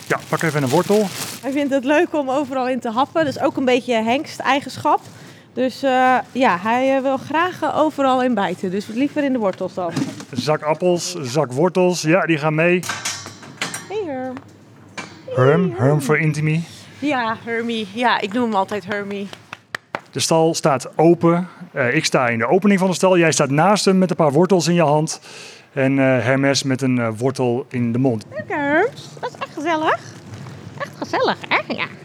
Ja, pak even een wortel. Hij vindt het leuk om overal in te happen. Dat is ook een beetje hengst-eigenschap. Dus hij wil graag overal in bijten. Dus liever in de wortels dan. Een zak appels, een zak wortels. Ja, die gaan mee. Hey Herm. Herm voor Intimi. Ja, Hermie. Ja, ik noem hem altijd Hermie. De stal staat open. Ik sta in de opening van de stal. Jij staat naast hem met een paar wortels in je hand. En Hermes met een wortel in de mond. Leuk Herm. Dat is echt gezellig. Echt gezellig, hè?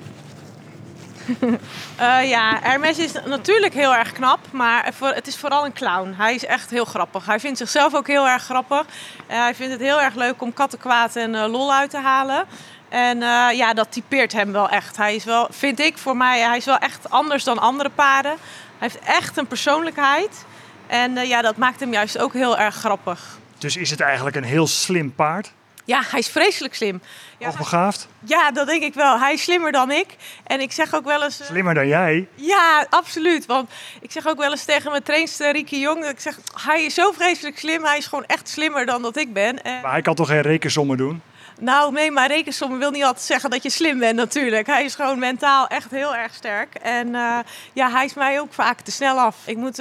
Ja. Hermes is natuurlijk heel erg knap, maar het is vooral een clown. Hij is echt heel grappig. Hij vindt zichzelf ook heel erg grappig. Hij vindt het heel erg leuk om kattenkwaad en lol uit te halen. En dat typeert hem wel echt. Hij is wel, vind ik voor mij, hij is wel echt anders dan andere paarden. Hij heeft echt een persoonlijkheid. En dat maakt hem juist ook heel erg grappig. Dus is het eigenlijk een heel slim paard? Ja, hij is vreselijk slim. Ja, Hoogbegaafd? Ja, dat denk ik wel. Hij is slimmer dan ik. En ik zeg ook wel eens... Slimmer dan jij? Ja, absoluut. Want ik zeg ook wel eens tegen mijn trainster Rieke Jong... dat ik zeg, hij is zo vreselijk slim. Hij is gewoon echt slimmer dan dat ik ben. Maar hij kan toch geen rekensommen doen? Nou, nee, maar rekensommen wil niet altijd zeggen dat je slim bent natuurlijk. Hij is gewoon mentaal echt heel erg sterk. En hij is mij ook vaak te snel af. Ik moet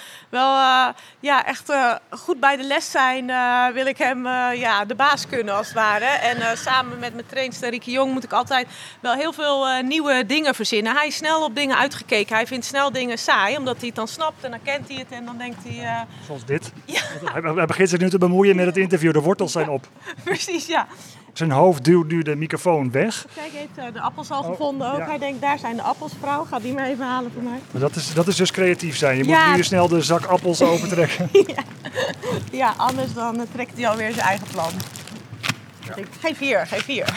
echt goed bij de les zijn. Wil ik hem de baas kunnen als het ware. En samen met mijn trainster Rieke Jong moet ik altijd wel heel veel nieuwe dingen verzinnen. Hij is snel op dingen uitgekeken. Hij vindt snel dingen saai, omdat hij het dan snapt. En dan kent hij het en dan denkt hij... Zoals dit? Ja. Hij begint zich nu te bemoeien met het interview. De wortels zijn op. Precies, ja. Zijn hoofd duwt nu de microfoon weg. Kijk, hij heeft de appels al gevonden ook. Ja. Hij denkt, daar zijn de appels, vrouw. Gaat die maar even halen voor mij. Maar dat is dus creatief zijn. Je moet nu snel de zak appels opentrekken. Ja, anders dan trekt hij alweer zijn eigen plan. Ja. Geef hier.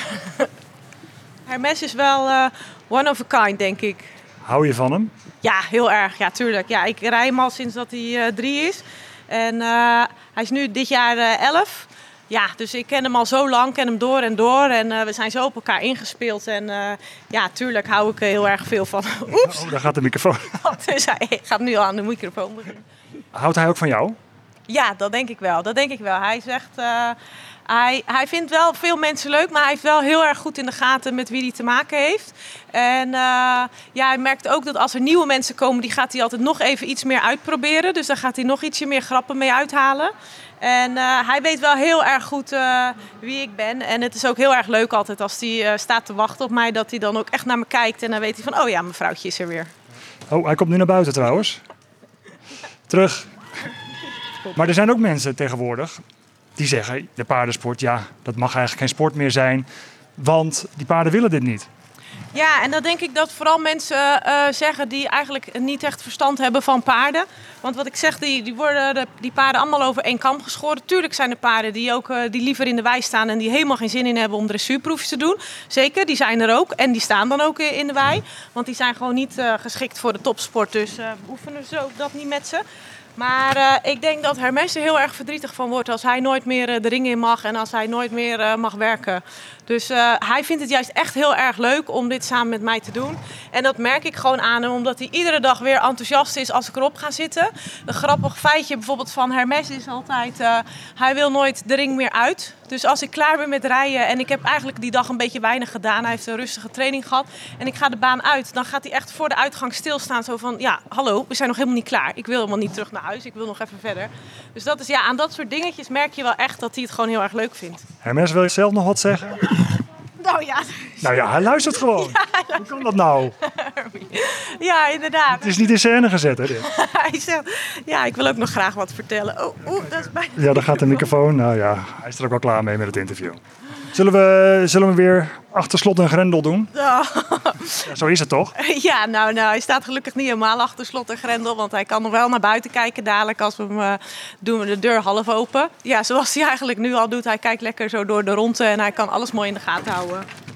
Hermes is wel one of a kind, denk ik. Hou je van hem? Ja, heel erg. Ja, tuurlijk. Ja, ik rij hem al sinds dat hij 3 is. En hij is nu dit jaar 11. Ja, dus ik ken hem al zo lang, ken hem door en door. En we zijn zo op elkaar ingespeeld. En tuurlijk hou ik heel erg veel van. Oeps! Oh, daar gaat de microfoon. Dus hij gaat nu al aan de microfoon beginnen. Houdt hij ook van jou? Ja, dat denk ik wel. Hij zegt... Hij vindt wel veel mensen leuk, maar hij heeft wel heel erg goed in de gaten met wie hij te maken heeft. En hij merkt ook dat als er nieuwe mensen komen, die gaat hij altijd nog even iets meer uitproberen. Dus daar gaat hij nog ietsje meer grappen mee uithalen. En hij weet wel heel erg goed wie ik ben. En het is ook heel erg leuk altijd als hij staat te wachten op mij, dat hij dan ook echt naar me kijkt. En dan weet hij van, oh ja, mijn vrouwtje is er weer. Oh, hij komt nu naar buiten trouwens. Terug. Maar er zijn ook mensen tegenwoordig die zeggen, de paardensport, ja, dat mag eigenlijk geen sport meer zijn. Want die paarden willen dit niet. Ja, en dan denk ik dat vooral mensen zeggen die eigenlijk niet echt verstand hebben van paarden. Want wat ik zeg, die paarden allemaal over één kam geschoren. Tuurlijk zijn er paarden die liever in de wei staan en die helemaal geen zin in hebben om dressuurproefjes te doen. Zeker, die zijn er ook. En die staan dan ook in de wei. Want die zijn gewoon niet geschikt voor de topsport. Dus oefenen ze ook dat niet met ze. Maar ik denk dat Hermes er heel erg verdrietig van wordt als hij nooit meer de ring in mag en als hij nooit meer mag werken. Dus hij vindt het juist echt heel erg leuk om dit samen met mij te doen. En dat merk ik gewoon aan hem, omdat hij iedere dag weer enthousiast is als ik erop ga zitten. Een grappig feitje bijvoorbeeld van Hermes is altijd, hij wil nooit de ring meer uit. Dus als ik klaar ben met rijden en ik heb eigenlijk die dag een beetje weinig gedaan, hij heeft een rustige training gehad en ik ga de baan uit, dan gaat hij echt voor de uitgang stilstaan zo van, ja, hallo, we zijn nog helemaal niet klaar. Ik wil helemaal niet terug naar huis, ik wil nog even verder. Dus dat is, aan dat soort dingetjes merk je wel echt dat hij het gewoon heel erg leuk vindt. Hermes, wil je zelf nog wat zeggen? Nou ja, hij luistert gewoon. Ja, hoe kan dat nou? Ja, inderdaad. Het is niet in scène gezet, hè, dit? Hij zegt, ja, ik wil ook nog graag wat vertellen. Dat is bijna... Ja, dan gaat de microfoon. Nou ja, hij is er ook wel klaar mee met het interview. Zullen we weer achter slot en grendel doen? Ja, zo is het toch? Ja, nou, hij staat gelukkig niet helemaal achter slot en grendel. Want hij kan nog wel naar buiten kijken dadelijk. Als we hem doen we de deur half open. Ja, zoals hij eigenlijk nu al doet. Hij kijkt lekker zo door de ronde en hij kan alles mooi in de gaten houden.